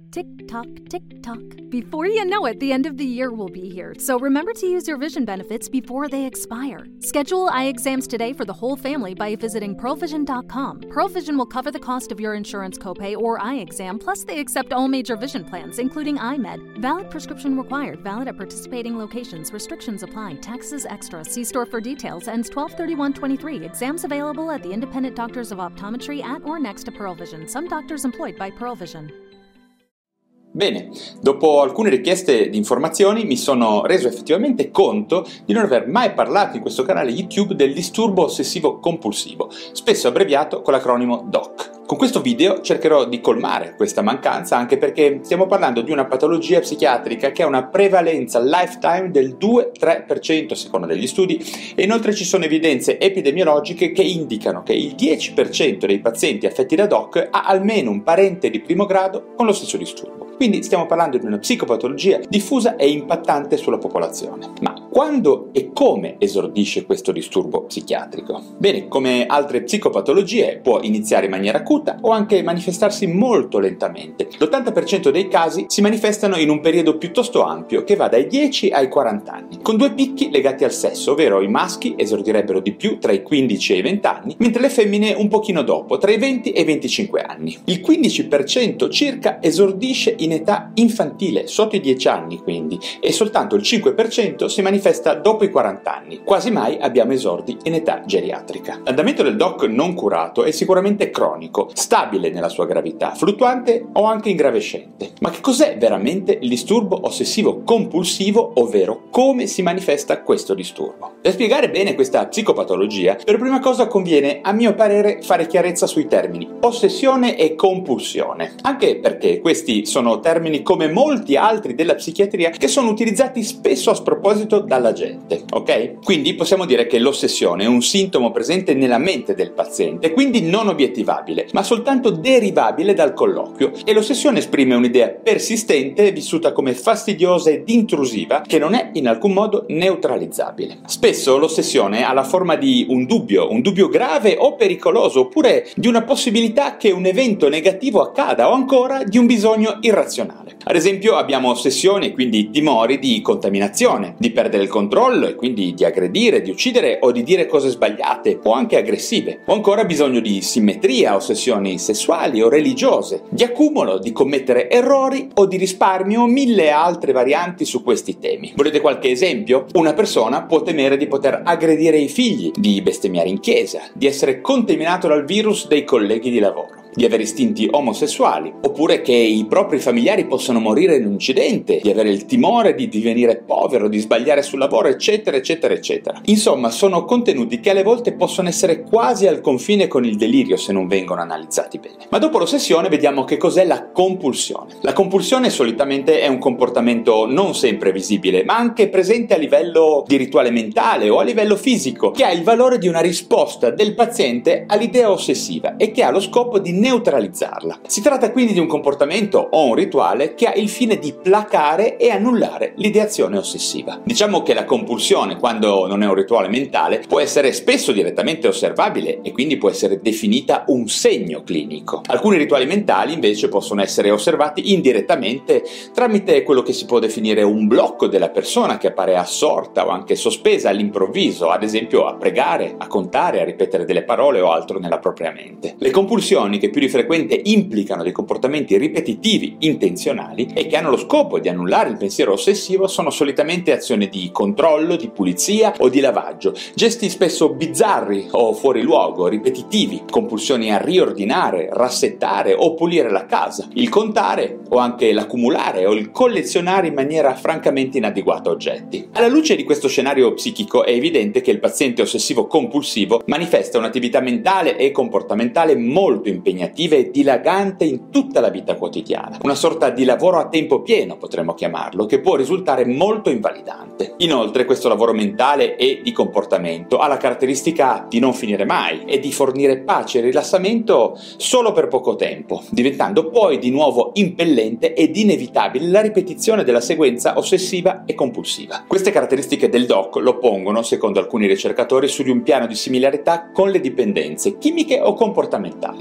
Tick tock, tick tock. Before you know it, the end of the year will be here, so remember to use your vision benefits before they expire. Schedule eye exams today for the whole family by visiting PearlVision.com. Pearl Vision will cover the cost of your insurance copay or eye exam, plus they accept all major vision plans, including iMed. Valid prescription required. Valid at participating locations. Restrictions apply. Taxes extra. See store for details. Ends 12/31/23. Exams available at the independent doctors of optometry at or next to Pearl Vision. Some doctors employed by Pearl Vision. Bene, dopo alcune richieste di informazioni mi sono reso effettivamente conto di non aver mai parlato in questo canale YouTube del disturbo ossessivo compulsivo, spesso abbreviato con l'acronimo DOC. Con questo video cercherò di colmare questa mancanza, anche perché stiamo parlando di una patologia psichiatrica che ha una prevalenza lifetime del 2-3% a seconda degli studi, e inoltre ci sono evidenze epidemiologiche che indicano che il 10% dei pazienti affetti da DOC ha almeno un parente di primo grado con lo stesso disturbo. Quindi stiamo parlando di una psicopatologia diffusa e impattante sulla popolazione. Ma quando e come esordisce questo disturbo psichiatrico? Bene, come altre psicopatologie può iniziare in maniera acuta o anche manifestarsi molto lentamente. L'80% dei casi si manifestano in un periodo piuttosto ampio che va dai 10 ai 40 anni, con due picchi legati al sesso, ovvero i maschi esordirebbero di più tra i 15 e i 20 anni, mentre le femmine un pochino dopo, tra i 20 e i 25 anni. Il 15% circa esordisce in età infantile, sotto i 10 anni quindi, e soltanto il 5% si manifesta dopo i 40 anni. Quasi mai abbiamo esordi in età geriatrica. L'andamento del DOC non curato è sicuramente cronico, stabile nella sua gravità, fluttuante o anche ingravescente. Ma che cos'è veramente il disturbo ossessivo compulsivo, ovvero come si manifesta questo disturbo? Per spiegare bene questa psicopatologia, per prima cosa conviene, a mio parere, fare chiarezza sui termini ossessione e compulsione, anche perché questi sono termini come molti altri della psichiatria che sono utilizzati spesso a sproposito dalla gente, ok? Quindi possiamo dire che l'ossessione è un sintomo presente nella mente del paziente, quindi non obiettivabile, ma soltanto derivabile dal colloquio, e l'ossessione esprime un'idea persistente vissuta come fastidiosa ed intrusiva che non è in alcun modo neutralizzabile. Spesso l'ossessione ha la forma di un dubbio grave o pericoloso, oppure di una possibilità che un evento negativo accada, o ancora di un bisogno irrazionale. Ad esempio abbiamo ossessioni e quindi timori di contaminazione, di perdere il controllo e quindi di aggredire, di uccidere o di dire cose sbagliate o anche aggressive, o ancora bisogno di simmetria, ossessioni sessuali o religiose, di accumulo, di commettere errori o di risparmio, mille altre varianti su questi temi. Volete qualche esempio? Una persona può temere di poter aggredire i figli, di bestemmiare in chiesa, di essere contaminato dal virus dei colleghi di lavoro, di avere istinti omosessuali, oppure che i propri familiari possano morire in un incidente, di avere il timore di divenire povero, di sbagliare sul lavoro, eccetera, eccetera, eccetera. Insomma, sono contenuti che alle volte possono essere quasi al confine con il delirio se non vengono analizzati bene. Ma dopo l'ossessione vediamo che cos'è la compulsione. La compulsione solitamente è un comportamento non sempre visibile, ma anche presente a livello di rituale mentale o a livello fisico, che ha il valore di una risposta del paziente all'idea ossessiva e che ha lo scopo di neutralizzarla. Si tratta quindi di un comportamento o un rituale che ha il fine di placare e annullare l'ideazione ossessiva. Diciamo che la compulsione, quando non è un rituale mentale, può essere spesso direttamente osservabile e quindi può essere definita un segno clinico. Alcuni rituali mentali invece possono essere osservati indirettamente tramite quello che si può definire un blocco della persona che appare assorta o anche sospesa all'improvviso, ad esempio a pregare, a contare, a ripetere delle parole o altro nella propria mente. Le compulsioni, che più di frequente implicano dei comportamenti ripetitivi intenzionali e che hanno lo scopo di annullare il pensiero ossessivo, sono solitamente azioni di controllo, di pulizia o di lavaggio, gesti spesso bizzarri o fuori luogo, ripetitivi, compulsioni a riordinare, rassettare o pulire la casa, il contare o anche l'accumulare o il collezionare in maniera francamente inadeguata oggetti. Alla luce di questo scenario psichico è evidente che il paziente ossessivo compulsivo manifesta un'attività mentale e comportamentale molto impegnativa e dilagante in tutta la vita quotidiana, una sorta di lavoro a tempo pieno potremmo chiamarlo, che può risultare molto invalidante. Inoltre questo lavoro mentale e di comportamento ha la caratteristica di non finire mai e di fornire pace e rilassamento solo per poco tempo, diventando poi di nuovo impellente ed inevitabile la ripetizione della sequenza ossessiva e compulsiva. Queste caratteristiche del DOC lo pongono, secondo alcuni ricercatori, su di un piano di similarità con le dipendenze chimiche o comportamentali, come ad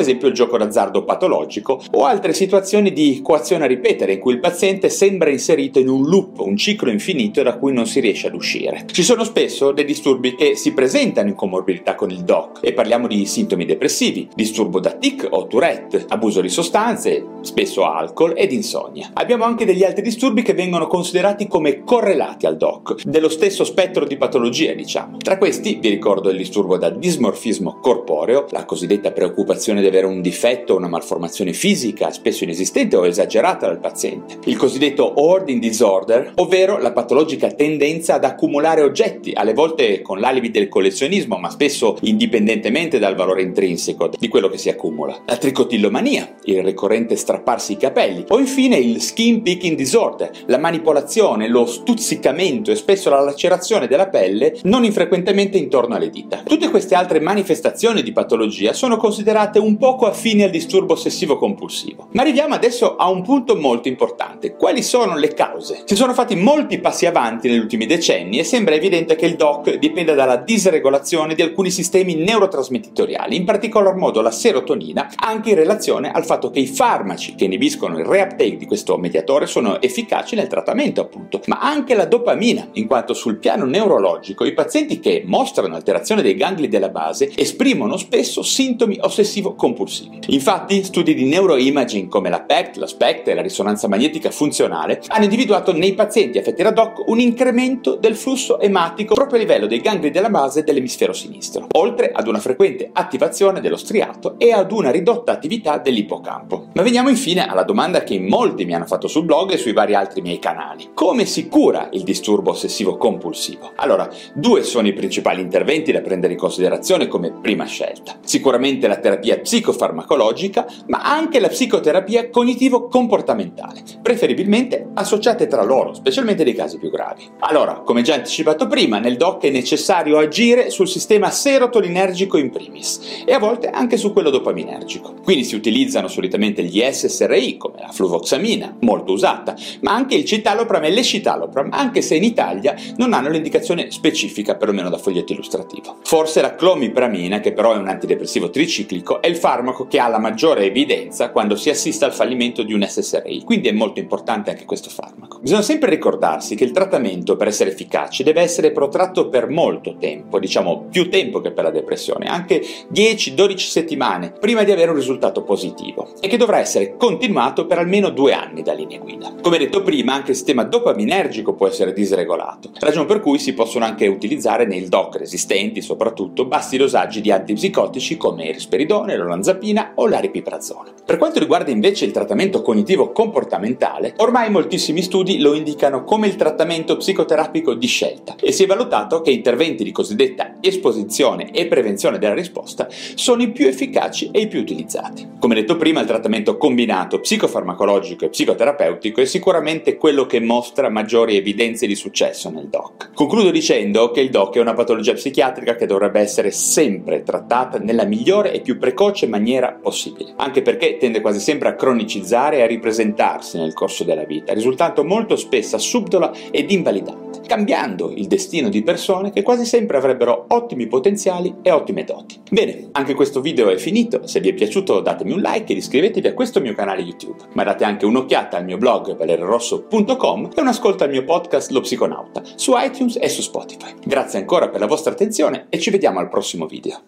esempio il gioco d'azzardo patologico o altre situazioni di coazione a ripetere in cui il paziente sembra inserito in un loop, un ciclo infinito da cui non si riesce ad uscire. Ci sono spesso dei disturbi che si presentano in comorbidità con il DOC e parliamo di sintomi depressivi, disturbo da tic o Tourette, abuso di sostanze, spesso alcol ed insonnia. Abbiamo anche degli altri disturbi che vengono considerati come correlati al DOC, dello stesso spettro di patologie, diciamo. Tra questi vi ricordo il disturbo da dismorfismo corporeo, la cosiddetta preoccupazione di avere un difetto o una malformazione fisica spesso inesistente o esagerata dal paziente, il cosiddetto hoarding disorder, ovvero la patologica tendenza ad accumulare oggetti, alle volte con l'alibi del collezionismo, ma spesso indipendentemente dal valore intrinseco di quello che si accumula, la tricotillomania, il ricorrente strapparsi i capelli, o infine il skin picking disorder, la manipolazione, lo stuzzicamento e spesso la lacerazione della pelle non infrequentemente intorno alle dita. Tutte queste altre manifestazioni di patologia sono considerate un poco affini al disturbo ossessivo compulsivo. Ma arriviamo adesso a un punto molto importante. Quali sono le cause? Si sono fatti molti passi avanti negli ultimi decenni e sembra evidente che il DOC dipenda dalla disregolazione di alcuni sistemi neurotrasmettitoriali, in particolar modo la serotonina, anche in relazione al fatto che i farmaci che inibiscono il reuptake di questo mediatore sono efficaci nel trattamento, appunto, ma anche la dopamina, in quanto sul piano neurologico i pazienti che mostrano alterazione dei gangli della base esprimono spesso sintomi ossessivo-compulsivi. Infatti, studi di neuroimaging come la PET, la SPECT e la risonanza magnetica funzionale hanno individuato nei pazienti affetti da DOC un incremento del flusso ematico proprio a livello dei gangli della base dell'emisfero sinistro, oltre ad una frequente attivazione dello striato e ad una ridotta attività dell'ippocampo. Ma veniamo infine alla domanda che in molti mi hanno fatto sul blog e sui vari altri miei canali: come si cura il disturbo ossessivo-compulsivo? Allora, due sono i principali interventi da prendere in considerazione come prima scelta. Sicuramente la terapia psicofarmacologica, ma anche la psicoterapia cognitivo-comportamentale, preferibilmente associate tra loro, specialmente nei casi più gravi. Allora, come già anticipato prima, nel DOC è necessario agire sul sistema serotoninergico in primis e a volte anche su quello dopaminergico. Quindi si utilizzano solitamente gli SSRI, come la fluvoxamina, molto usata, ma anche il citalopram e l'escitalopram, anche se in Italia non hanno l'indicazione specifica, perlomeno da foglietto illustrativo. Forse la clomipramina, che però è un antidepressivo triciclico, è il farmaco che ha la maggiore evidenza quando si assiste al fallimento di un SSRI, quindi è molto importante anche questo farmaco. Bisogna sempre ricordarsi che il trattamento, per essere efficace, deve essere protratto per molto tempo, diciamo più tempo che per la depressione, anche 10-12 settimane prima di avere un risultato positivo, e che dovrà essere continuato per almeno 2 anni da linee guida. Come detto prima, anche il sistema dopaminergico può essere disregolato, ragione per cui si possono anche utilizzare nei DOC resistenti soprattutto bassi dosaggi di antipsicotici come il risperidone, l'olanzapina o l'aripiprazolo. Per quanto riguarda invece il trattamento cognitivo-comportamentale, ormai moltissimi studi lo indicano come il trattamento psicoterapico di scelta e si è valutato che interventi di cosiddetta esposizione e prevenzione della risposta sono i più efficaci e i più utilizzati. Come detto prima, il trattamento combinato psicofarmacologico e psicoterapeutico è sicuramente quello che mostra maggiori evidenze di successo nel DOC. Concludo dicendo che il DOC è una patologia psichiatrica che dovrebbe essere sempre trattata nella migliore e più precoce maniera possibile, anche perché tende quasi sempre a cronicizzare e a ripresentarsi nel corso della vita, risultando molto spesso subdola ed invalidante, cambiando il destino di persone che quasi sempre avrebbero ottimi potenziali e ottime doti. Bene, anche questo video è finito. Se vi è piaciuto datemi un like ed iscrivetevi a questo mio canale YouTube, ma date anche un'occhiata al mio blog valeriorosso.com e un ascolto al mio podcast Lo Psiconauta su iTunes e su Spotify. Grazie ancora per la vostra attenzione e ci vediamo al prossimo video.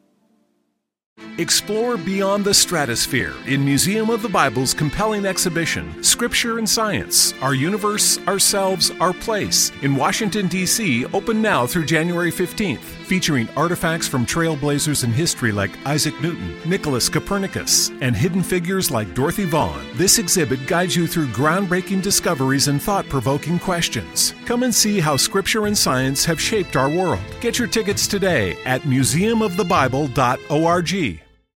Explore beyond the stratosphere in Museum of the Bible's compelling exhibition, Scripture and Science, Our Universe, Ourselves, Our Place, in Washington, D.C., open now through January 15th, featuring artifacts from trailblazers in history like Isaac Newton, Nicholas Copernicus, and hidden figures like Dorothy Vaughan. This exhibit guides you through groundbreaking discoveries and thought-provoking questions. Come and see how Scripture and Science have shaped our world. Get your tickets today at museumofthebible.org.